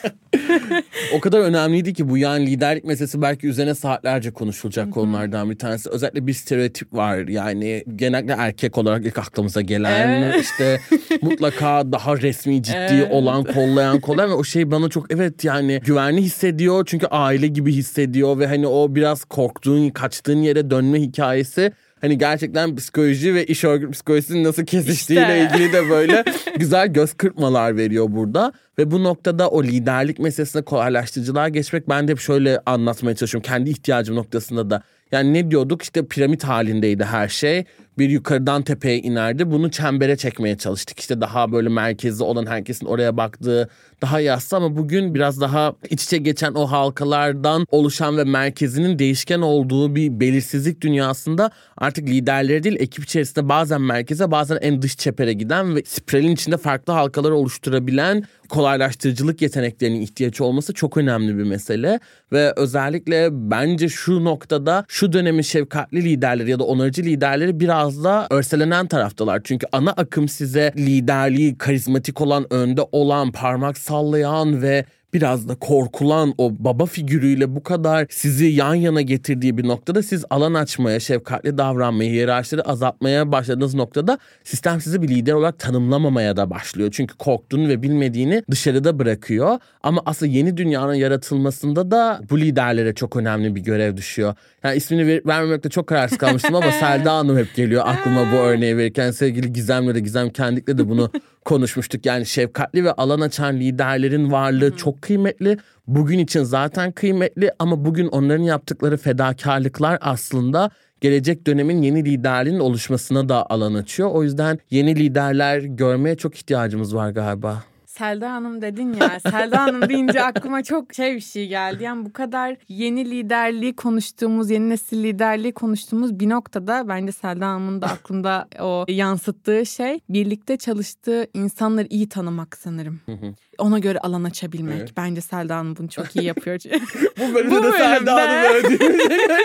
O kadar önemliydi ki bu yani liderlik meselesi belki üzerine saatlerce konuşulacak konulardan bir tanesi. Özellikle bir stereotip var yani genellikle erkek olarak ilk aklımıza gelen evet. işte mutlaka daha resmi ciddi evet. olan kollayan kollayan ve o şey bana çok evet yani güvenli hissediyor. Çünkü aile gibi hissediyor ve hani o biraz korktuğun, kaçtığın yere dönme hikayesi hani gerçekten psikoloji ve iş örgütü psikolojisinin nasıl kesiştiğiyle işte. ilgili de böyle güzel göz kırpmalar veriyor burada. Ve bu noktada o liderlik meselesine kolaylaştırıcılar geçmek ben de hep şöyle anlatmaya çalışıyorum kendi ihtiyacım noktasında da. Yani ne diyorduk işte piramit halindeydi her şey. Bir yukarıdan tepeye inerdi. Bunu çembere çekmeye çalıştık. İşte daha böyle merkezde olan herkesin oraya baktığı daha yassı ama bugün biraz daha iç içe geçen o halkalardan oluşan ve merkezinin değişken olduğu bir belirsizlik dünyasında artık liderleri değil ekip içerisinde bazen merkeze bazen en dış çepere giden ve spiralin içinde farklı halkaları oluşturabilen kolaylaştırıcılık yeteneklerinin ihtiyaç olması çok önemli bir mesele ve özellikle bence şu noktada şu dönemin şefkatli liderleri ya da onarıcı liderleri biraz da örselenen taraftalar. Çünkü ana akım size liderliği, karizmatik olan, önde olan, parmak sallayan ve biraz da korkulan o baba figürüyle bu kadar sizi yan yana getirdiği bir noktada siz alan açmaya, şefkatli davranmaya, hiyerarşileri azaltmaya başladığınız noktada sistem sizi bir lider olarak tanımlamamaya da başlıyor. Çünkü korktuğunu ve bilmediğini dışarıda bırakıyor. Ama aslında yeni dünyanın yaratılmasında da bu liderlere çok önemli bir görev düşüyor. Yani ismini ver- vermemekte çok kararsız kalmıştım ama Selda Hanım hep geliyor aklıma bu örneği verirken. Sevgili Gizem'le de Gizem Kendik'le de bunu konuşmuştuk. Yani şefkatli ve alan açan liderlerin varlığı çok kıymetli. Bugün için zaten kıymetli ama bugün onların yaptıkları fedakarlıklar aslında gelecek dönemin yeni liderliğinin oluşmasına da alan açıyor. O yüzden yeni liderler görmeye çok ihtiyacımız var galiba. Selda Hanım dedin ya. Selda Hanım deyince aklıma çok şey bir şey geldi. Yani bu kadar yeni liderliği konuştuğumuz, yeni nesil liderliği konuştuğumuz bir noktada bence Selda Hanım'ın da aklında o yansıttığı şey birlikte çalıştığı insanları iyi tanımak sanırım. Ona göre alan açabilmek. Evet. Bence Selda Hanım bunu çok iyi yapıyor. Bu bölümde bu de Selda Hanım öldüğümüze göre.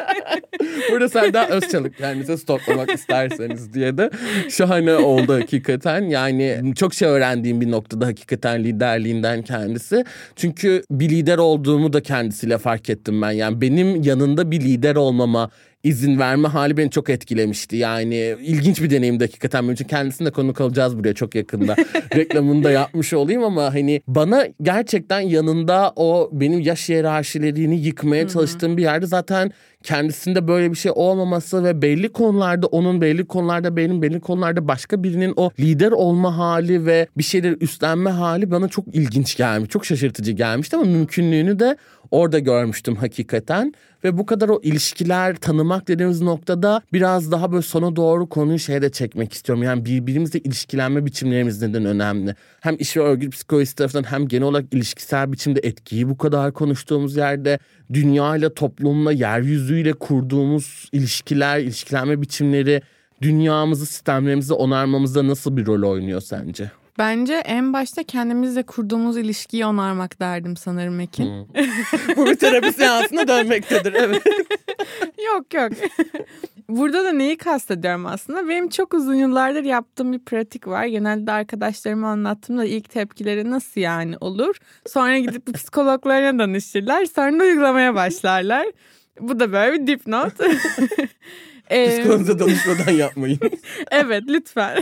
Burada Selda Özçalık kendinize stoklamak isterseniz diye de şahane oldu hakikaten. Yani çok şey öğrendiğim bir noktada hakikaten liderliğinden kendisi. Çünkü bir lider olduğumu da kendisiyle fark ettim ben. Yani benim yanında bir lider olmama izin verme hali beni çok etkilemişti. Yani ilginç bir deneyimdi hakikaten benim için. Kendisini de konuk alacağız buraya çok yakında. Reklamını da yapmış olayım ama hani bana gerçekten yanında o benim yaş hiyerarşilerini yıkmaya çalıştığım bir yerde zaten kendisinde böyle bir şey olmaması ve belli konularda onun, belli konularda benim, belli konularda başka birinin o lider olma hali ve bir şeyleri üstlenme hali bana çok ilginç gelmiş. Çok şaşırtıcı gelmişti ama mümkünlüğünü de orada görmüştüm hakikaten. Ve bu kadar o ilişkiler tanımak dediğimiz noktada biraz daha böyle sona doğru konuyu şeye de çekmek istiyorum. Yani birbirimizle ilişkilenme biçimlerimiz neden önemli? Hem iş ve örgüt psikolojisi tarafından hem genel olarak ilişkisel biçimde etkiyi bu kadar konuştuğumuz yerde dünyayla, toplumla, yeryüzüyle kurduğumuz ilişkiler, ilişkilenme biçimleri dünyamızı, sistemlerimizi onarmamızda nasıl bir rol oynuyor sence? Bence en başta kendimizle kurduğumuz ilişkiyi onarmak derdim sanırım Ekin. Hmm. Bu bir terapi seansına dönmektedir, evet. Yok yok. Burada da neyi kastediyorum aslında? Benim çok uzun yıllardır yaptığım bir pratik var. Genelde arkadaşlarıma anlattığımda ilk tepkileri nasıl yani olur? Sonra gidip psikologlarına danışırlar. Sonra da uygulamaya başlarlar. Bu da böyle bir dipnot. Psikoloğunuza danışmadan yapmayın. Evet, lütfen.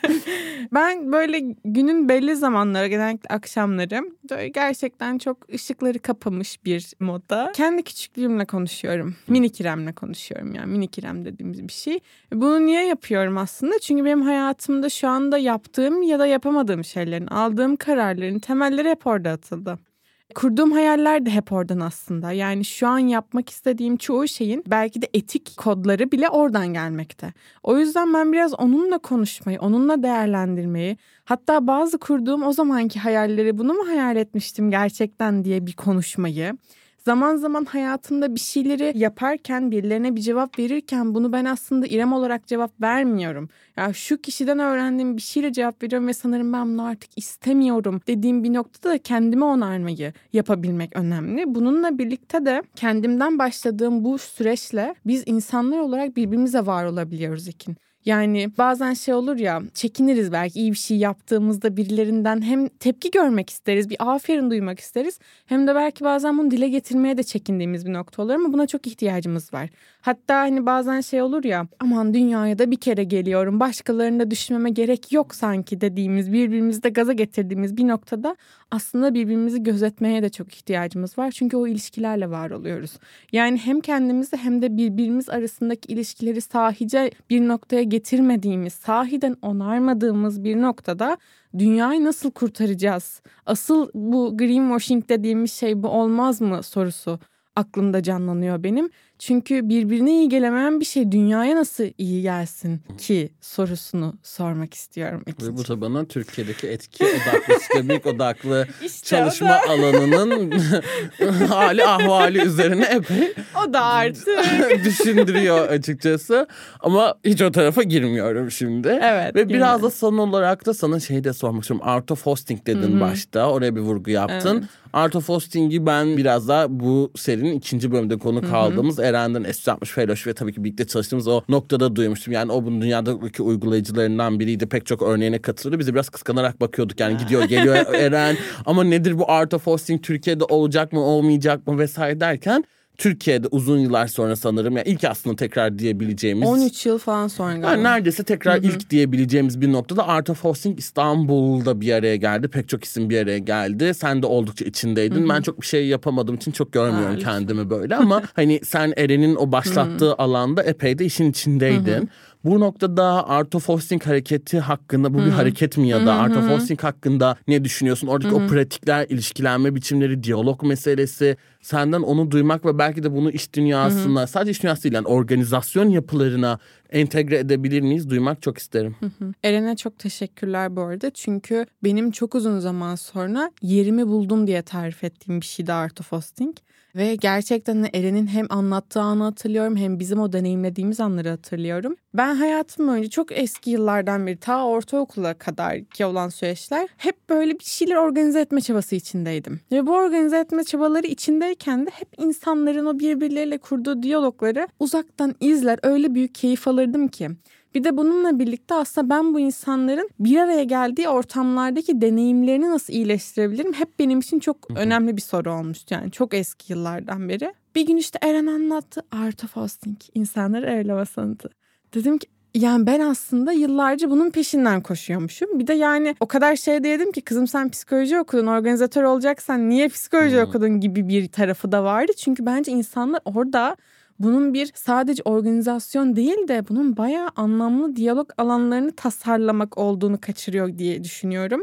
Ben böyle günün belli zamanları, genellikle akşamları böyle gerçekten çok ışıkları kapamış bir modda kendi küçüklüğümle konuşuyorum. Minik İrem'le konuşuyorum, yani minik İrem dediğimiz bir şey. Bunu niye yapıyorum aslında? Çünkü benim hayatımda şu anda yaptığım ya da yapamadığım şeylerin, aldığım kararların temelleri hep orada atıldı. Kurduğum hayaller de hep oradan aslında. Yani şu an yapmak istediğim çoğu şeyin belki de etik kodları bile oradan gelmekte. O yüzden ben biraz onunla konuşmayı, onunla değerlendirmeyi, hatta bazı kurduğum o zamanki hayalleri, bunu mu hayal etmiştim gerçekten diye bir konuşmayı, zaman zaman hayatımda bir şeyleri yaparken, birilerine bir cevap verirken bunu ben aslında İrem olarak cevap vermiyorum. Ya şu kişiden öğrendiğim bir şeyle cevap veriyorum ve sanırım ben bunu artık istemiyorum dediğim bir noktada da kendime onarmayı yapabilmek önemli. Bununla birlikte de kendimden başladığım bu süreçle biz insanlar olarak birbirimize var olabiliyoruz Ekin. Yani bazen şey olur ya, çekiniriz belki iyi bir şey yaptığımızda birilerinden, hem tepki görmek isteriz, bir aferin duymak isteriz, hem de belki bazen bunu dile getirmeye de çekindiğimiz bir nokta olur ama buna çok ihtiyacımız var. Hatta hani bazen şey olur ya, aman dünyaya da bir kere geliyorum, başkalarına düşmeme gerek yok sanki dediğimiz, birbirimizde gaza getirdiğimiz bir noktada aslında birbirimizi gözetmeye de çok ihtiyacımız var. Çünkü o ilişkilerle var oluyoruz. Yani hem kendimizi hem de birbirimiz arasındaki ilişkileri sahice bir noktaya getirmediğimiz, sahiden onarmadığımız bir noktada dünyayı nasıl kurtaracağız? Asıl bu greenwashing dediğimiz şey bu olmaz mı sorusu aklımda canlanıyor benim. Çünkü birbirine iyi gelemeyen bir şey dünyaya nasıl iyi gelsin ki sorusunu sormak istiyorum. Ve bu da bana Türkiye'deki etki odaklı, sistemik odaklı işte çalışma alanının hali ahvali üzerine epey o da artık düşündürüyor açıkçası. Ama hiç o tarafa girmiyorum şimdi. Evet. Ve biraz da son olarak da sana şey de sormak istiyorum. Art of Hosting dedin, Hı-hı. başta. Oraya bir vurgu yaptın. Evet. Art of Hosting'i ben biraz daha bu serinin ikinci bölümde konu kaldığımız Hı-hı. Eren'den S yüz altmış Fellowship ve tabii ki birlikte çalıştığımız o noktada duymuştum. Yani o bunun dünyadaki uygulayıcılarından biriydi. Pek çok örneğine katılıyordu. Biz de biraz kıskanarak bakıyorduk. Yani gidiyor geliyor Eren. Ama nedir bu Art of Hosting, Türkiye'de olacak mı olmayacak mı vesaire derken Türkiye'de uzun yıllar sonra sanırım, yani ilk aslında tekrar diyebileceğimiz on üç yıl falan sonra galiba. Yani neredeyse tekrar Hı-hı. ilk diyebileceğimiz bir noktada Art of Hosting İstanbul'da bir araya geldi. Pek çok isim bir araya geldi. Sen de oldukça içindeydin. Hı-hı. Ben çok bir şey yapamadığım için çok görmüyorum ha, kendimi böyle ama hani sen Eren'in o başlattığı Hı-hı. alanda epey de işin içindeydin. Hı-hı. Bu noktada Art of Hosting hareketi hakkında, bu Hı-hı. bir hareket mi ya da Hı-hı. Art of Hosting hakkında ne düşünüyorsun? Oradaki Hı-hı. o pratikler, ilişkilenme biçimleri, diyalog meselesi, senden onu duymak ve belki de bunu iş dünyasına, Hı-hı. sadece iş dünyası değil, yani organizasyon yapılarına entegre edebilir miyiz? Duymak çok isterim. Hı-hı. Eren'e çok teşekkürler bu arada. Çünkü benim çok uzun zaman sonra yerimi buldum diye tarif ettiğim bir şeydi Art of Hosting. Ve gerçekten Eren'in hem anlattığı anı hatırlıyorum hem bizim o deneyimlediğimiz anları hatırlıyorum. Ben hayatım boyunca çok eski yıllardan beri, ta ortaokula kadar ki olan süreçler, hep böyle bir şeyler organize etme çabası içindeydim. Ve bu organize etme çabaları içindeyken de hep insanların o birbirleriyle kurduğu diyalogları uzaktan izler, öyle büyük keyif alırdım ki. Bir de bununla birlikte aslında ben bu insanların bir araya geldiği ortamlardaki deneyimlerini nasıl iyileştirebilirim? Hep benim için çok Hı-hı. önemli bir soru olmuştu, yani çok eski yıllardan beri. Bir gün işte Eren anlattı Art of Hosting, insanları ağırlama sanatı. Dedim ki yani ben aslında yıllarca bunun peşinden koşuyormuşum. Bir de yani o kadar şey dedim ki, kızım sen psikoloji okudun, organizatör olacaksan niye psikoloji Hı-hı. okudun gibi bir tarafı da vardı. Çünkü bence insanlar orada bunun bir sadece organizasyon değil de bunun bayağı anlamlı diyalog alanlarını tasarlamak olduğunu kaçırıyor diye düşünüyorum.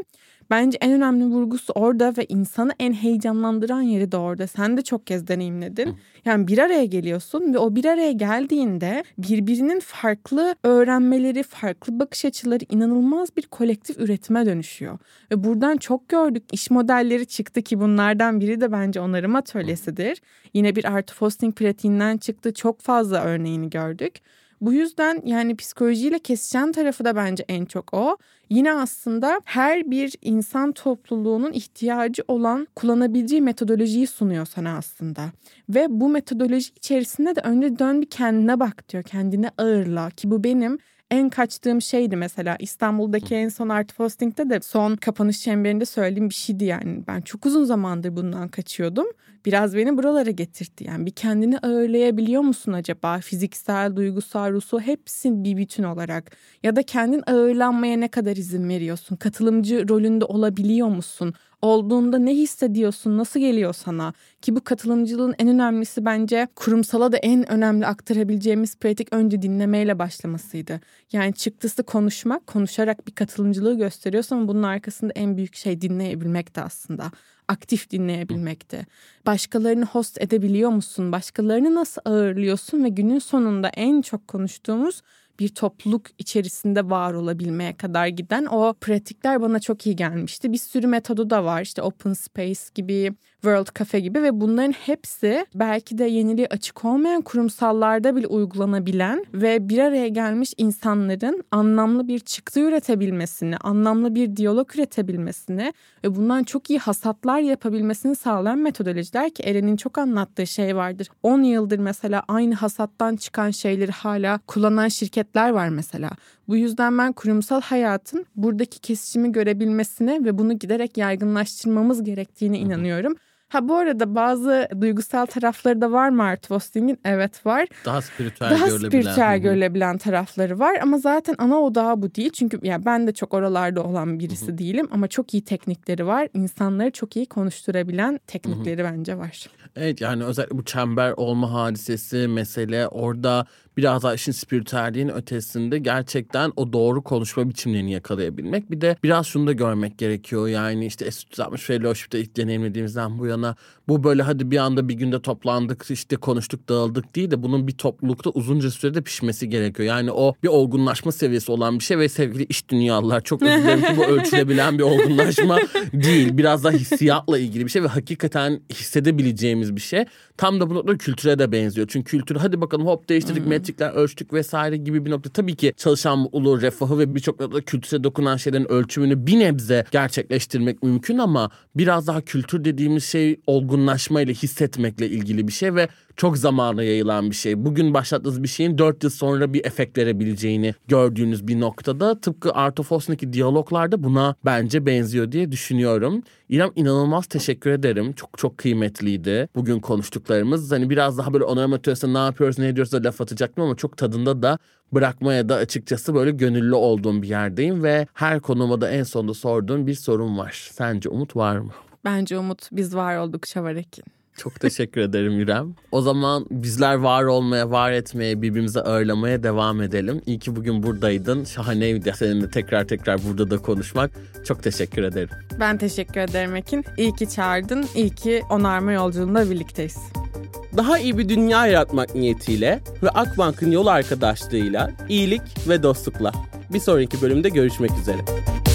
Bence en önemli vurgusu orada ve insanı en heyecanlandıran yeri de orada. Sen de çok kez deneyimledin. Yani bir araya geliyorsun ve o bir araya geldiğinde birbirinin farklı öğrenmeleri, farklı bakış açıları inanılmaz bir kolektif üretime dönüşüyor. Ve buradan çok gördük. İş modelleri çıktı ki bunlardan biri de bence onarım atölyesidir. Yine bir Art of Hosting pratiğinden çıktı. Çok fazla örneğini gördük. Bu yüzden yani psikolojiyle kesişen tarafı da bence en çok o. Yine aslında her bir insan topluluğunun ihtiyacı olan kullanabileceği metodolojiyi sunuyor sana aslında. Ve bu metodoloji içerisinde de önce dön bir kendine bak diyor. Kendine ağırla ki bu benim en kaçtığım şeydi mesela. İstanbul'daki en son Art of Hosting'de de son kapanış çemberinde söylediğim bir şeydi yani. Ben çok uzun zamandır bundan kaçıyordum. Biraz beni buralara getirdi. Yani bir kendini ağırlayabiliyor musun acaba? Fiziksel, duygusal, ruhsal hepsi bir bütün olarak. Ya da kendin ağırlanmaya ne kadar izin veriyorsun? Katılımcı rolünde olabiliyor musun? Olduğunda ne hissediyorsun? Nasıl geliyor sana? Ki bu katılımcılığın en önemlisi bence kurumsala da en önemli aktarabileceğimiz pratik önce dinlemeyle başlamasıydı. Yani çıktısı konuşmak, konuşarak bir katılımcılığı gösteriyorsun ama bunun arkasında en büyük şey dinleyebilmekti aslında. Aktif dinleyebilmekti. Başkalarını host edebiliyor musun? Başkalarını nasıl ağırlıyorsun? Ve günün sonunda en çok konuştuğumuz bir topluluk içerisinde var olabilmeye kadar giden o pratikler bana çok iyi gelmişti. Bir sürü metodu da var. İşte Open Space gibi, World Cafe gibi ve bunların hepsi belki de yeniliğe açık olmayan kurumsallarda bile uygulanabilen ve bir araya gelmiş insanların anlamlı bir çıktı üretebilmesini, anlamlı bir diyalog üretebilmesini ve bundan çok iyi hasatlar yapabilmesini sağlayan metodolojiler ki Eren'in çok anlattığı şey vardır. on yıldır mesela aynı hasattan çıkan şeyleri hala kullanan şirketler var mesela. Bu yüzden ben kurumsal hayatın buradaki kesişimi görebilmesine ve bunu giderek yaygınlaştırmamız gerektiğine inanıyorum. Ha bu arada bazı duygusal tarafları da var mı Art of Hosting'in? Evet var. Daha spiritüel Daha görülebilen. spiritüel görülebilen tarafları var ama zaten ana odağı bu değil. Çünkü ya ben de çok oralarda olan birisi Hı-hı. değilim ama çok iyi teknikleri var. İnsanları çok iyi konuşturabilen teknikleri Hı-hı. bence var. Evet yani özellikle bu çember olma hadisesi mesele orada biraz daha işin spiritüelliğin ötesinde gerçekten o doğru konuşma biçimlerini yakalayabilmek. Bir de biraz şunu da görmek gerekiyor. Yani işte S üç yüz altmış Fellowship'te ilk deneyimlediğimizden bu yana bu böyle hadi bir anda bir günde toplandık işte konuştuk dağıldık değil de bunun bir toplulukta uzunca sürede pişmesi gerekiyor. Yani o bir olgunlaşma seviyesi olan bir şey ve sevgili iş dünyalılar çok özür dilerim ki bu ölçülebilen bir olgunlaşma değil. Biraz daha hissiyatla ilgili bir şey ve hakikaten hissedebileceğimiz bir şey. Tam da bu noktada kültüre de benziyor. Çünkü kültür hadi bakalım hop değiştirdik, hmm. metrikler ölçtük vesaire gibi bir nokta. Tabii ki çalışan mutluluğu, refahı ve birçok noktada kültüre dokunan şeylerin ölçümünü bir nebze gerçekleştirmek mümkün ama biraz daha kültür dediğimiz şey olgunlaşmayla, hissetmekle ilgili bir şey ve çok zamana yayılan bir şey. Bugün başlattığınız bir şeyin dört yıl sonra bir efekt verebileceğini gördüğünüz bir noktada tıpkı Art of Hosting'deki diyaloglarda buna bence benziyor diye düşünüyorum. İrem inanılmaz teşekkür ederim. Çok çok kıymetliydi bugün konuştuklarımız. Hani biraz daha böyle onarım atölyesinde ne yapıyoruz ne ediyoruz da laf atacaktım ama çok tadında da bırakmaya da açıkçası böyle gönüllü olduğum bir yerdeyim ve her konuma da en sonunda sorduğum bir sorum var. Sence umut var mı? Bence umut biz var oldukça var Ekin. Çok teşekkür ederim İrem. O zaman bizler var olmaya, var etmeye, birbirimizi ağırlamaya devam edelim. İyi ki bugün buradaydın. Şahaneydi seninle tekrar tekrar burada da konuşmak. Çok teşekkür ederim. Ben teşekkür ederim Ekin. İyi ki çağırdın. İyi ki onarma yolculuğunda birlikteyiz. Daha iyi bir dünya yaratmak niyetiyle ve Akbank'ın yol arkadaşlığıyla iyilik ve dostlukla. Bir sonraki bölümde görüşmek üzere.